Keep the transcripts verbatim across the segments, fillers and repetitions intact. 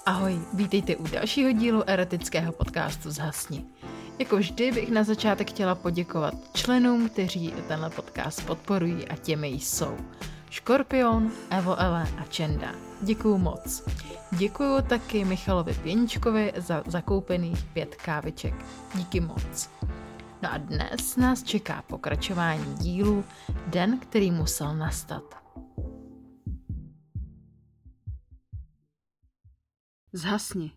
Ahoj, vítejte u dalšího dílu erotického podcastu Zhasni. Jako vždy bych na začátek chtěla poděkovat členům, kteří tenhle podcast podporují a těmi jsou Škorpion, Evo Ele a Čenda. Děkuju moc. Děkuju taky Michalovi Pěničkovi za zakoupených pět káviček. Díky moc. No a dnes nás čeká pokračování dílu Den, který musel nastat. Zhasni.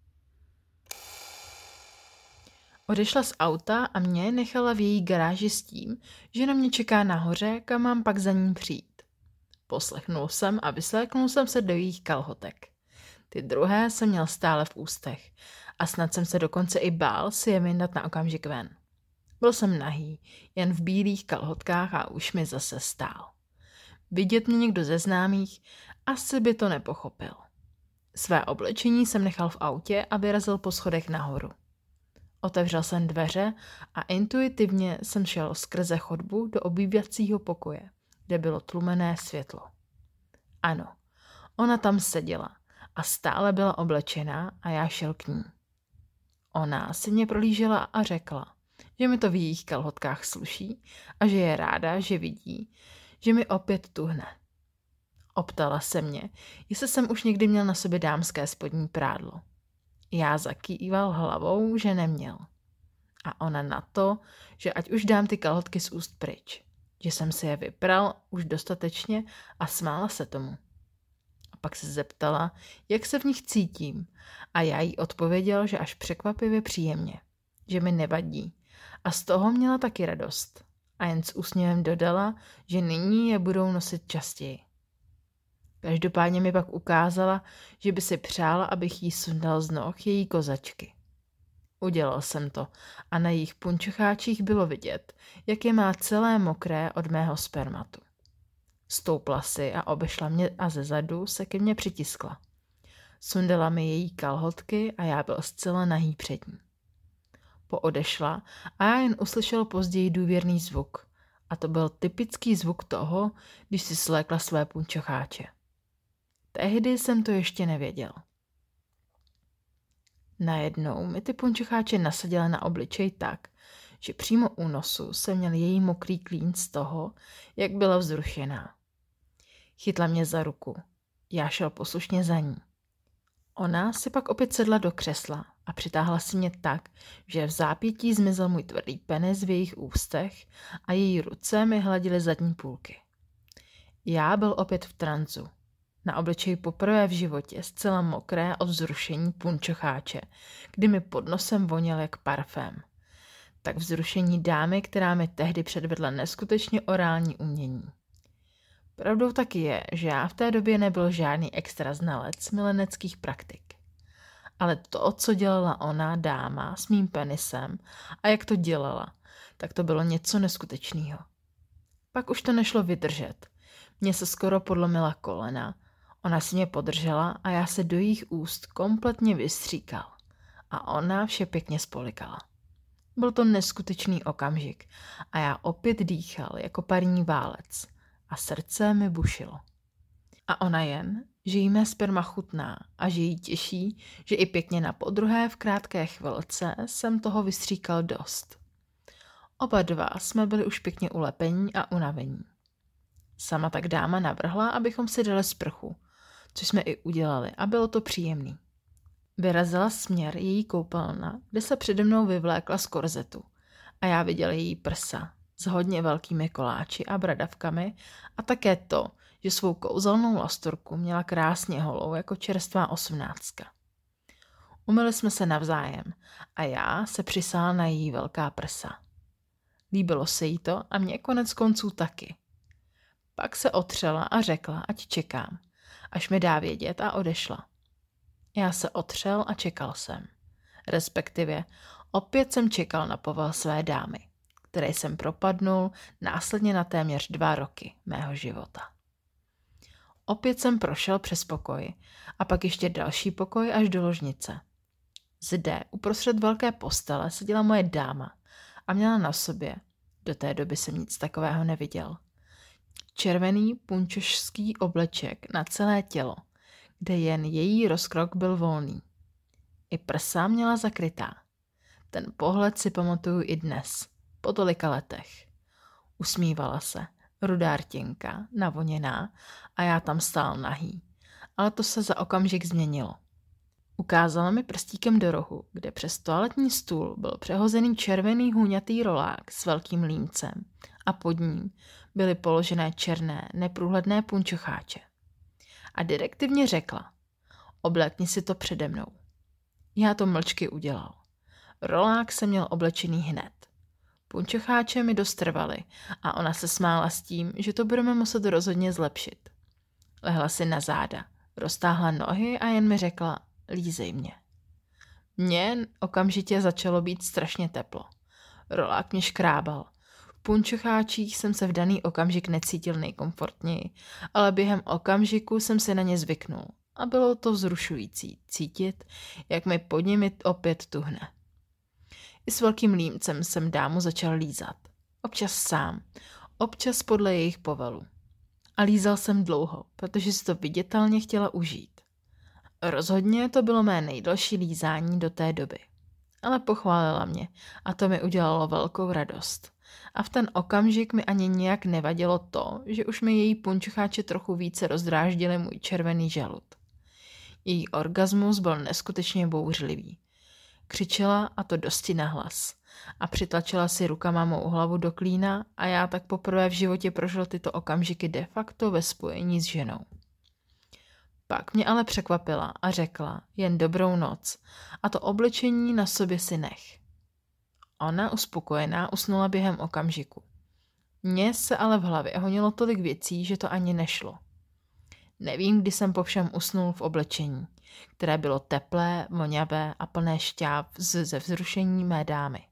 Odešla z auta a mě nechala v její garáži s tím, že na mě čeká nahoře, kam mám pak za ní přijít. Poslechnul jsem a vysléknul jsem se do jejich kalhotek. Ty druhé jsem měl stále v ústech a snad jsem se dokonce i bál si je vyndat na okamžik ven. Byl jsem nahý, jen v bílých kalhotkách a už mi zase stál. Vidět mě někdo ze známých, asi by to nepochopil. Své oblečení jsem nechal v autě a vyrazil po schodech nahoru. Otevřel jsem dveře a intuitivně jsem šel skrze chodbu do obývacího pokoje, kde bylo tlumené světlo. Ano, ona tam seděla a stále byla oblečená a já šel k ní. Ona si mě prolížela a řekla, že mi to v jejich kalhotkách sluší a že je ráda, že vidí, že mi opět tuhne. Optala se mě, jestli jsem už někdy měl na sobě dámské spodní prádlo. Já zakýval hlavou, že neměl. A ona na to, že ať už dám ty kalhotky z úst pryč. Že jsem si je vypral už dostatečně a smála se tomu. A pak se zeptala, jak se v nich cítím. A já jí odpověděl, že až překvapivě příjemně. Že mi nevadí. A z toho měla taky radost. A jen s úsměvem dodala, že nyní je budou nosit častěji. Každopádně mi pak ukázala, že by si přála, abych jí sundal z noh její kozačky. Udělal jsem to a na jejich punčocháčích bylo vidět, jak je má celé mokré od mého spermatu. Stoupla si a obešla mě a zezadu se ke mně přitiskla. Sundala mi její kalhotky a já byl zcela nahý před ní. Poodešla a já jen uslyšel později důvěrný zvuk. A to byl typický zvuk toho, když si slékla své punčocháče. Tehdy jsem to ještě nevěděl. Najednou mi ty punčocháče nasadila na obličej tak, že přímo u nosu jsem měl její mokrý klín z toho, jak byla vzrušená. Chytla mě za ruku. Já šel poslušně za ní. Ona si pak opět sedla do křesla a přitáhla si mě tak, že v zápětí zmizel můj tvrdý penis v jejich ústech a její ruce mi hladily zadní půlky. Já byl opět v tranzu. Na obličeji poprvé v životě zcela mokré od vzrušení punčocháče, kdy mi pod nosem voněl jak parfém. Tak vzrušení dámy, která mi tehdy předvedla neskutečně orální umění. Pravdou taky je, že já v té době nebyl žádný extra znalec mileneckých praktik. Ale to, co dělala ona, dáma, s mým penisem a jak to dělala, tak to bylo něco neskutečného. Pak už to nešlo vydržet. Mně se skoro podlomila kolena, ona si mě podržela a já se do jejich úst kompletně vystříkal. A ona vše pěkně spolikala. Byl to neskutečný okamžik a já opět dýchal jako parní válec a srdce mi bušilo. A ona jen, že jí mé sperma chutná a že jí těší, že i pěkně na podruhé v krátké chvilce jsem toho vystříkal dost. Oba dva jsme byli už pěkně ulepení a unavení. Sama tak dáma navrhla, abychom si dali sprchu, což jsme i udělali a bylo to příjemný. Vyrazila směr její koupelna, kde se přede mnou vyvlékla z korzetu a já viděl její prsa s hodně velkými koláči a bradavkami a také to, že svou kouzelnou lastorku měla krásně holou jako čerstvá osmnáctka. Umyli jsme se navzájem a já se přisál na její velká prsa. Líbilo se jí to a mě konec konců taky. Pak se otřela a řekla, ať čekám, až mi dá vědět a odešla. Já se otřel a čekal jsem. Respektive opět jsem čekal na povel své dámy, které jsem propadnul následně na téměř dva roky mého života. Opět jsem prošel přes pokoj a pak ještě další pokoj až do ložnice. Zde uprostřed velké postele seděla moje dáma a měla na sobě, do té doby jsem nic takového neviděl, červený punčošský obleček na celé tělo, kde jen její rozkrok byl volný. I prsa měla zakrytá. Ten pohled si pamatuju i dnes, po tolika letech. Usmívala se, rudá rtěnka, navoněná, a já tam stál nahý. Ale to se za okamžik změnilo. Ukázala mi prstíkem do rohu, kde přes toaletní stůl byl přehozený červený hůňatý rolák s velkým límcem a pod ním byly položené černé, neprůhledné punčocháče. A direktivně řekla, oblékni si to přede mnou. Já to mlčky udělal. Rolák se měl oblečený hned. Punčocháče mi dost trvaly a ona se smála s tím, že to budeme muset rozhodně zlepšit. Lehla si na záda, roztáhla nohy a jen mi řekla, lízej mě. Mně okamžitě začalo být strašně teplo. Rolák mě škrábal. V punčocháčích jsem se v daný okamžik necítil nejkomfortněji, ale během okamžiku jsem si na ně zvyknul a bylo to vzrušující cítit, jak mi pod nimi opět tuhne. I s velkým límcem jsem dámu začal lízat. Občas sám, občas podle jejich povelu. A lízal jsem dlouho, protože si to viditelně chtěla užít. Rozhodně to bylo mé nejdelší lízání do té doby. Ale pochválila mě a to mi udělalo velkou radost. A v ten okamžik mi ani nějak nevadilo to, že už mi její punčocháče trochu více rozdráždily můj červený žalud. Její orgasmus byl neskutečně bouřlivý. Křičela, a to dosti nahlas, a přitlačila si rukama mou hlavu do klína a já tak poprvé v životě prožil tyto okamžiky de facto ve spojení s ženou. Pak mě ale překvapila a řekla jen dobrou noc a to oblečení na sobě si nech. Ona uspokojená usnula během okamžiku. Mně se ale v hlavě honilo tolik věcí, že to ani nešlo. Nevím, kdy jsem po všem usnul v oblečení, které bylo teplé, voňavé a plné šťáv ze vzrušení mé dámy.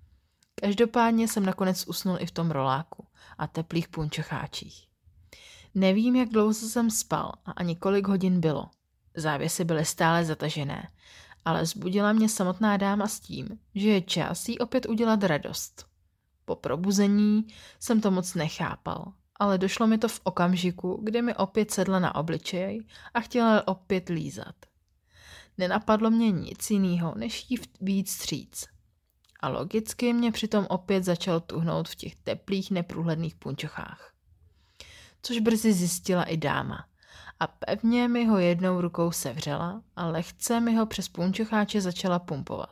Každopádně jsem nakonec usnul i v tom roláku a teplých punčocháčích. Nevím, jak dlouho jsem spal a ani kolik hodin bylo. Závěsy byly stále zatažené, ale zbudila mě samotná dáma s tím, že je čas jí opět udělat radost. Po probuzení jsem to moc nechápal, ale došlo mi to v okamžiku, kdy mi opět sedla na obličej a chtěla opět lízat. Nenapadlo mě nic jiného, než jí víc vstříc. A logicky mě přitom opět začal tuhnout v těch teplých, neprůhledných punčochách. Což brzy zjistila i dáma. A pevně mi ho jednou rukou sevřela a lehce mi ho přes punčocháče začala pumpovat.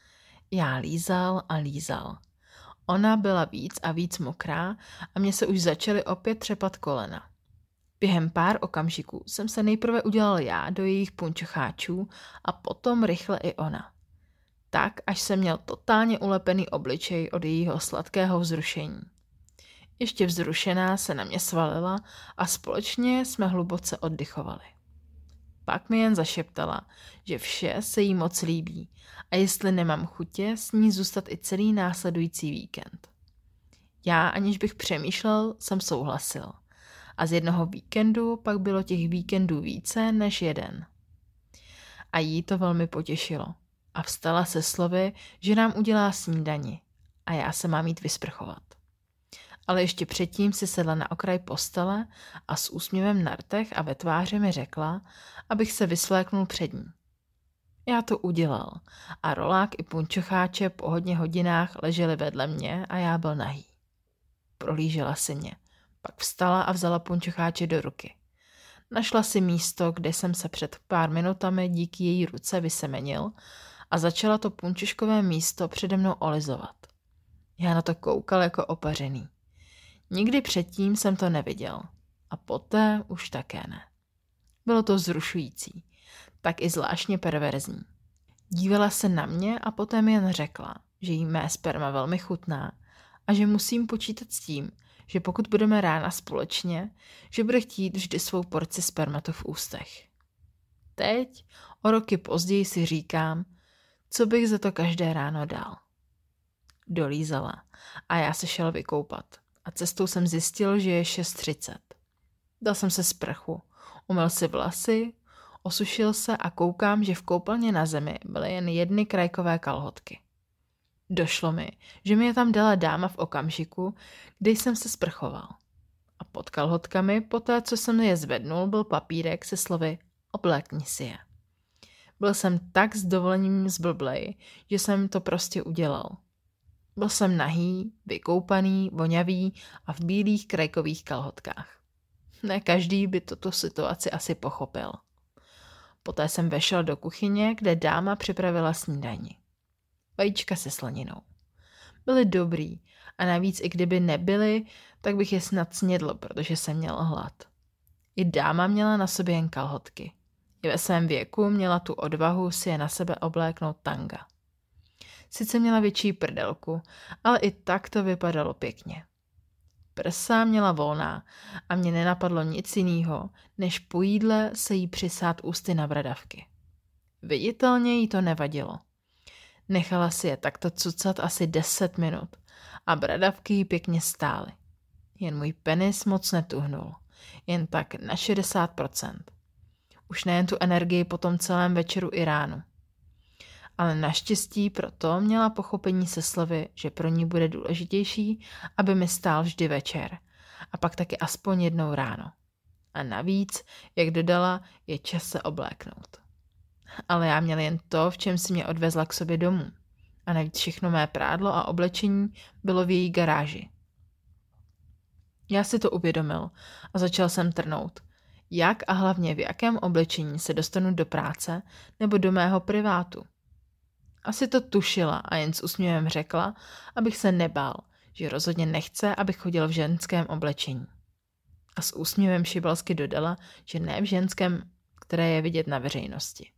Já lízal a lízal. Ona byla víc a víc mokrá a mě se už začaly opět třepat kolena. Během pár okamžiků jsem se nejprve udělal já do jejich punčocháčů a potom rychle i ona. Tak, až jsem měl totálně ulepený obličej od jejího sladkého vzrušení. Ještě vzrušená se na mě svalila a společně jsme hluboce oddychovali. Pak mi jen zašeptala, že vše se jí moc líbí a jestli nemám chutě s ní zůstat i celý následující víkend. Já, aniž bych přemýšlel, jsem souhlasil. A z jednoho víkendu pak bylo těch víkendů více než jeden. A jí to velmi potěšilo. A vstala se slovy, že nám udělá snídani a já se mám jít vysprchovat. Ale ještě předtím si sedla na okraj postele a s úsměvem na rtech a ve tváři mi řekla, abych se vysvléknul před ní. Já to udělal a rolák i punčocháče po hodně hodinách ležely vedle mě a já byl nahý. Prolížela si mě, pak vstala a vzala punčocháče do ruky. Našla si místo, kde jsem se před pár minutami díky její ruce vysemenil a začala to punčoškové místo přede mnou olizovat. Já na to koukal jako opařený. Nikdy předtím jsem to neviděl a poté už také ne. Bylo to vzrušující, tak i zvláštně perverzní. Dívala se na mě a poté mi jen řekla, že jí mé sperma velmi chutná a že musím počítat s tím, že pokud budeme rána společně, že bude chtít vždy svou porci spermatu v ústech. Teď, o roky později si říkám, co bych za to každé ráno dal. Dolízala a já se šel vykoupat a cestou jsem zjistil, že je šest třicet. Dal jsem se sprchu, umyl si vlasy, osušil se a koukám, že v koupelně na zemi byly jen jedny krajkové kalhotky. Došlo mi, že mi je tam dala dáma v okamžiku, kdy jsem se sprchoval. A pod kalhotkami, poté co jsem je zvednul, byl papírek se slovy oblékni si je. Byl jsem tak s dovolením zblblej, že jsem to prostě udělal. Byl jsem nahý, vykoupaný, vonavý a v bílých krajkových kalhotkách. Ne každý by tuto situaci asi pochopil. Poté jsem vešel do kuchyně, kde dáma připravila snídani. Vajíčka se slaninou. Byly dobrý a navíc i kdyby nebyly, tak bych je snad snědl, protože jsem měl hlad. I dáma měla na sobě jen kalhotky. I ve svém věku měla tu odvahu si je na sebe obléknout tanga. Sice měla větší prdelku, ale i tak to vypadalo pěkně. Prsa měla volná a mě nenapadlo nic jiného, než po jídle se jí přisát ústy na bradavky. Viditelně jí to nevadilo. Nechala si je takto cucat asi deset minut a bradavky jí pěkně stály. Jen můj penis moc netuhnul, jen tak na šedesát procent. Už nejen tu energii po tom celém večeru i ránu. Ale naštěstí proto měla pochopení se slovy, že pro ní bude důležitější, aby mi stál vždy večer a pak taky aspoň jednou ráno. A navíc, jak dodala, je čas se obléknout. Ale já měl jen to, v čem si mě odvezla k sobě domů. A navíc všechno mé prádlo a oblečení bylo v její garáži. Já si to uvědomil a začal jsem trnout. Jak a hlavně v jakém oblečení se dostanu do práce nebo do mého privátu. Asi to tušila a jen s úsměvem řekla, abych se nebál, že rozhodně nechce, abych chodil v ženském oblečení. A s úsměvem šibalsky dodala, že ne v ženském, které je vidět na veřejnosti.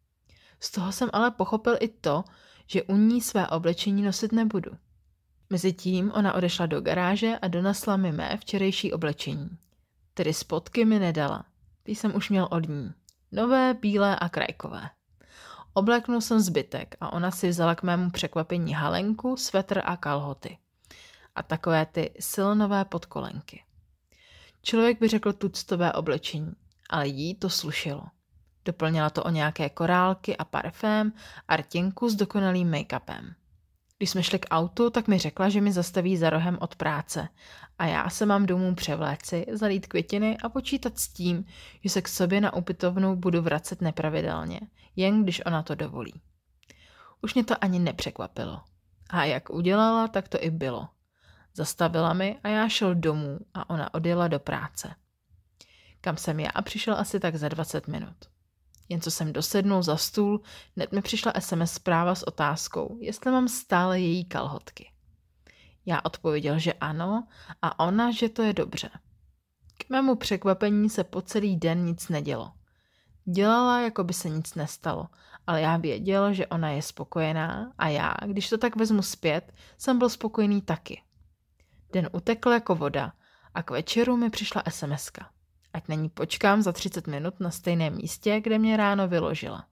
Z toho jsem ale pochopil i to, že u ní své oblečení nosit nebudu. Mezitím ona odešla do garáže a donesla mi mé včerejší oblečení. Tedy spodky mi nedala. Ty jsem už měl od ní. Nové, bílé a krajkové. Obléknul jsem zbytek a ona si vzala k mému překvapení halenku, svetr a kalhoty. A takové ty silonové podkolenky. Člověk by řekl tuctové oblečení, ale jí to slušelo. Doplnila to o nějaké korálky a parfém a rtěnku s dokonalým make-upem. Když jsme šli k autu, tak mi řekla, že mi zastaví za rohem od práce a já se mám domů převléci, zalít květiny a počítat s tím, že se k sobě na ubytovnu budu vracet nepravidelně, jen když ona to dovolí. Už mě to ani nepřekvapilo. A jak udělala, tak to i bylo. Zastavila mi a já šel domů a ona odjela do práce. Kam jsem já přišel asi tak za dvacet minut. Jen co jsem dosednul za stůl, hned mi přišla es em es zpráva s otázkou, jestli mám stále její kalhotky. Já odpověděl, že ano a ona, že to je dobře. K mému překvapení se po celý den nic nedělo. Dělala, jako by se nic nestalo, ale já věděl, že ona je spokojená a já, když to tak vezmu zpět, jsem byl spokojený taky. Den utekl jako voda a k večeru mi přišla es em eska. Ať na ní počkám za třicet minut na stejném místě, kde mě ráno vyložila.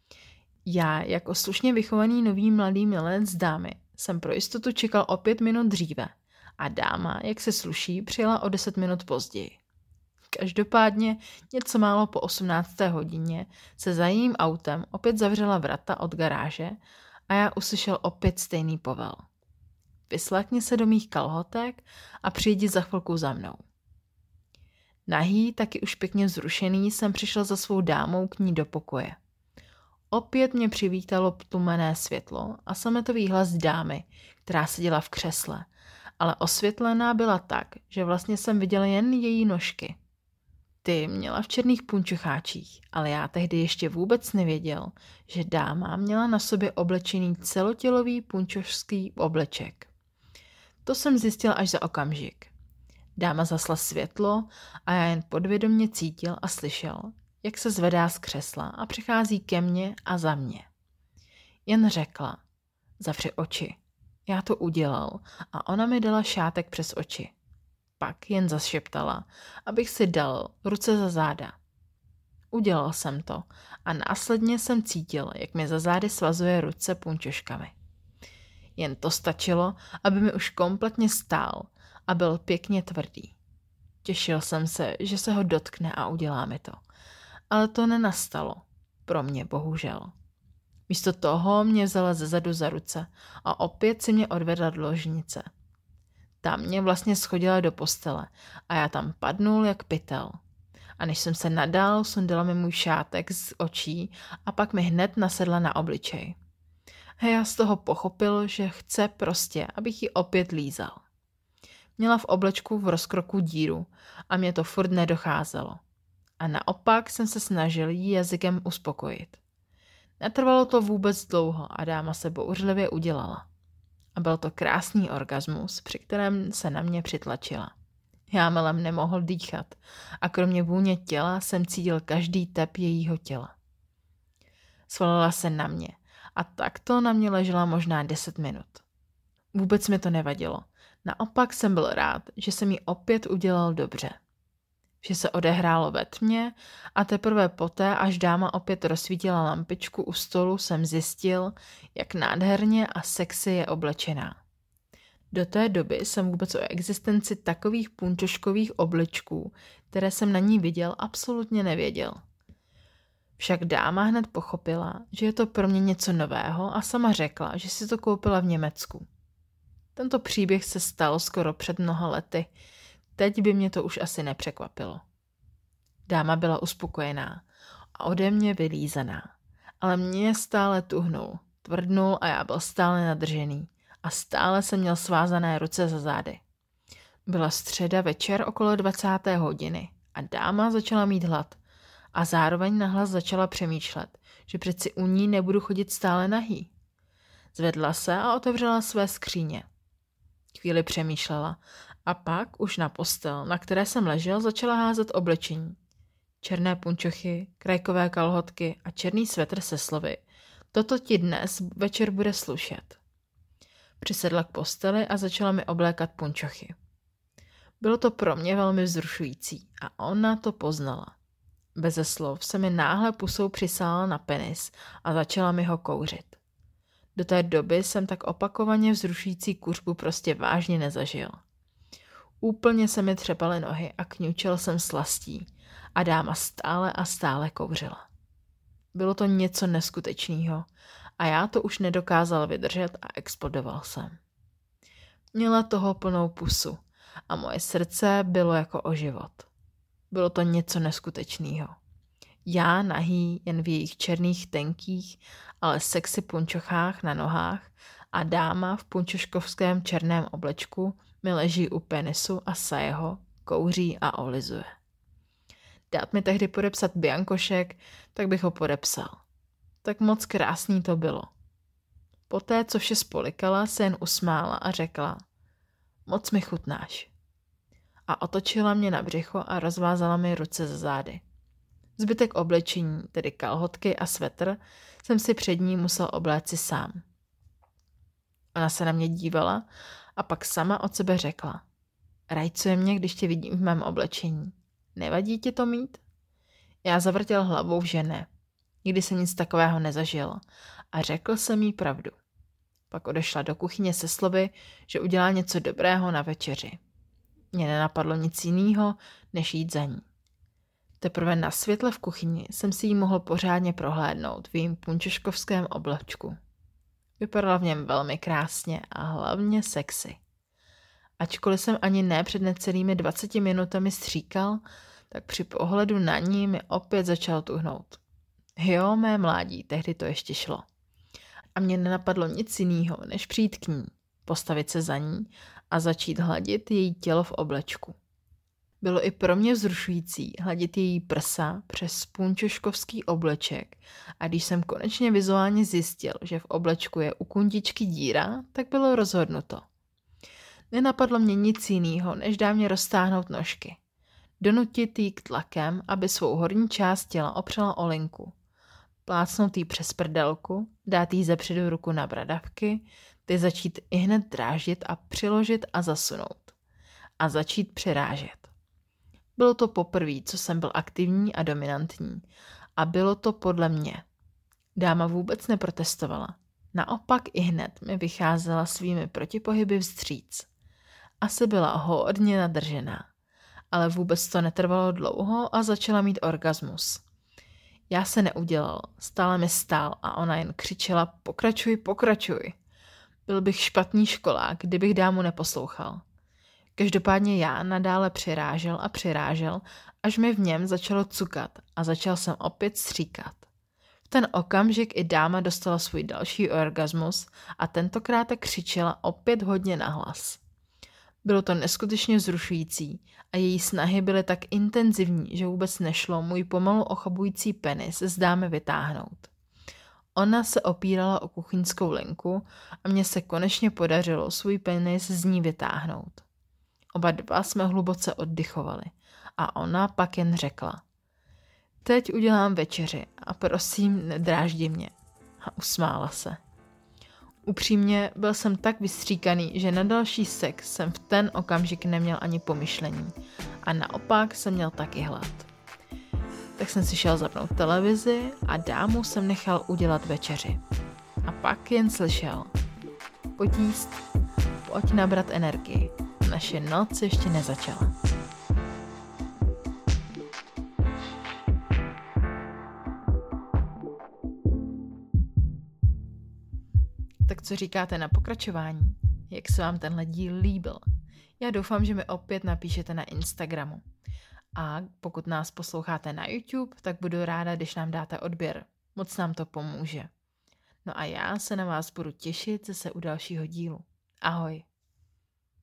Já, jako slušně vychovaný nový mladý milenec z dámy, jsem pro jistotu čekal o pět minut dříve a dáma, jak se sluší, přijela o deset minut později. Každopádně něco málo po osmnácté hodině se za jejím autem opět zavřela vrata od garáže a já uslyšel opět stejný povel. Vyslekni se do mých kalhotek a přijdi za chvilku za mnou. Nahý, taky už pěkně vzrušený, jsem přišel za svou dámou k ní do pokoje. Opět mě přivítalo tlumené světlo a sametový hlas dámy, která seděla v křesle, ale osvětlená byla tak, že vlastně jsem viděl jen její nožky. Ty měla v černých punčocháčích, ale já tehdy ještě vůbec nevěděl, že dáma měla na sobě oblečený celotělový punčošský obleček. To jsem zjistil až za okamžik. Dáma zasla světlo a já jen podvědomě cítil a slyšel, jak se zvedá z křesla a přichází ke mně a za mě. Jen řekla, zavři oči. Já to udělal a ona mi dala šátek přes oči. Pak jen zašeptala, abych si dal ruce za záda. Udělal jsem to a následně jsem cítil, jak mi za zády svazuje ruce punčoškami. Jen to stačilo, aby mi už kompletně stál a byl pěkně tvrdý. Těšil jsem se, že se ho dotkne a udělá mi to. Ale to nenastalo. Pro mě bohužel. Místo toho mě vzala zezadu za ruce a opět si mě odvedla do ložnice. Tam mě vlastně schodila do postele a já tam padnul jak pytel. a než jsem se nadál, sundala mi můj šátek z očí a pak mi hned nasedla na obličej. A já z toho pochopil, že chce prostě, abych ji opět lízal. Měla v oblečku v rozkroku díru a mě to furt nedocházelo. A naopak jsem se snažil jí jazykem uspokojit. Netrvalo to vůbec dlouho a dáma se bouřlivě udělala. A byl to krásný orgasmus, při kterém se na mě přitlačila. Já melem nemohl dýchat a kromě vůně těla jsem cítil každý tep jejího těla. Svalila se na mě a takto na mě ležela možná deset minut. Vůbec mi to nevadilo. Naopak jsem byl rád, že jsem jí opět udělal dobře. Vše se odehrálo ve tmě a teprve poté, až dáma opět rozsvítila lampičku u stolu, jsem zjistil, jak nádherně a sexy je oblečená. Do té doby jsem vůbec o existenci takových punčoškových oblečků, které jsem na ní viděl, absolutně nevěděl. Však dáma hned pochopila, že je to pro mě něco nového a sama řekla, že si to koupila v Německu. Tento příběh se stal skoro před mnoha lety, teď by mě to už asi nepřekvapilo. Dáma byla uspokojená a ode mě vylízaná, ale mě stále tuhnul, tvrdnul a já byl stále nadržený a stále jsem měl svázané ruce za zády. Byla středa večer okolo dvacáté hodiny a dáma začala mít hlad a zároveň nahlas začala přemýšlet, že přeci u ní nebudu chodit stále nahý. Zvedla se a otevřela své skříně. Chvíli přemýšlela a pak už na postel, na které jsem ležel, začala házet oblečení. Černé punčochy, krajkové kalhotky a černý svetr se slovy: toto ti dnes večer bude slušet. Přisedla k posteli a začala mi oblékat punčochy. Bylo to pro mě velmi vzrušující a ona to poznala. Beze slov se mi náhle pusou přisála na penis a začala mi ho kouřit. Do té doby jsem tak opakovaně vzrušující kuřbu prostě vážně nezažil. Úplně se mi třepaly nohy a kňučel jsem slastí a dáma stále a stále kouřila. Bylo to něco neskutečného a já to už nedokázal vydržet a explodoval jsem. Měla toho plnou pusu a moje srdce bylo jako o život. Bylo to něco neskutečného. Já nahý jen v jejich černých tenkých, ale sexy punčochách na nohách a dáma v punčoškovském černém oblečku mi leží u penisu a saje ho, kouří a olizuje. Dát mi tehdy podepsat biankošek, tak bych ho podepsal. Tak moc krásný to bylo. Poté, co vše spolikala, se jen usmála a řekla: moc mi chutnáš. A otočila mě na břicho a rozvázala mi ruce za zády. Zbytek oblečení, tedy kalhotky a svetr, jsem si před ní musel obléci sám. Ona se na mě dívala a pak sama od sebe řekla: rajcuje mě, když tě vidím v mém oblečení. Nevadí ti to mít? Já zavrtěl hlavou, že ne. Nikdy jsem nic takového nezažil a řekl jsem jí pravdu. Pak odešla do kuchyně se slovy, že udělá něco dobrého na večeři. Mně nenapadlo nic jiného, než jít za ní. Teprve na světle v kuchyni jsem si ji mohl pořádně prohlédnout v jejím punčoškovském oblečku. Vypadala v něm velmi krásně a hlavně sexy. Ačkoliv jsem ani ne před necelými dvaceti minutami stříkal, tak při pohledu na ní mi opět začal tuhnout. Jo, mé mládí, tehdy to ještě šlo. A mně nenapadlo nic jiného, než přijít k ní, postavit se za ní a začít hladit její tělo v oblečku. Bylo i pro mě vzrušující hladit její prsa přes punčoškovský obleček a když jsem konečně vizuálně zjistil, že v oblečku je u kundičky díra, tak bylo rozhodnuto. Nenapadlo mě nic jiného, než dávně roztáhnout nožky. Donutit jí k tlakem, aby svou horní část těla opřela o linku. Plácnout jí přes prdelku, dát jí zepředu ruku na bradavky, ty začít ihned dráždit a přiložit a zasunout. A začít přirážet. Bylo to poprvé, co jsem byl aktivní a dominantní. A bylo to podle mě. Dáma vůbec neprotestovala. Naopak ihned mi vycházela svými protipohyby vstříc. Asi byla hodně nadržená. Ale vůbec to netrvalo dlouho a začala mít orgasmus. Já se neudělal, stále mi stál a ona jen křičela: pokračuj, pokračuj. Byl bych špatný školák, kdybych dámu neposlouchal. Každopádně já nadále přirážel a přirážel až mi v něm začalo cukat a začal jsem opět stříkat. V ten okamžik i dáma dostala svůj další orgasmus a tentokrát tak křičela opět hodně nahlas. Bylo to neskutečně vzrušující a její snahy byly tak intenzivní, že vůbec nešlo můj pomalu ochabující penis z dámy vytáhnout. Ona se opírala o kuchyňskou linku a mně se konečně podařilo svůj penis z ní vytáhnout. Oba dva jsme hluboce oddychovali a ona pak jen řekla: Teď udělám večeři a prosím, nedráždi mě. A usmála se. Upřímně byl jsem tak vystříkaný, že na další sex jsem v ten okamžik neměl ani pomyšlení a naopak jsem měl taky hlad. Tak jsem si šel zapnout televizi a dámu jsem nechal udělat večeři. A pak jen slyšel: Pojď jíst, pojď nabrat energii, naše noc ještě nezačala. Tak co říkáte na pokračování? Jak se vám tenhle díl líbil? Já doufám, že mi opět napíšete na Instagramu. A pokud nás posloucháte na YouTube, tak budu ráda, když nám dáte odběr. Moc nám to pomůže. No a já se na vás budu těšit zase u dalšího dílu. Ahoj.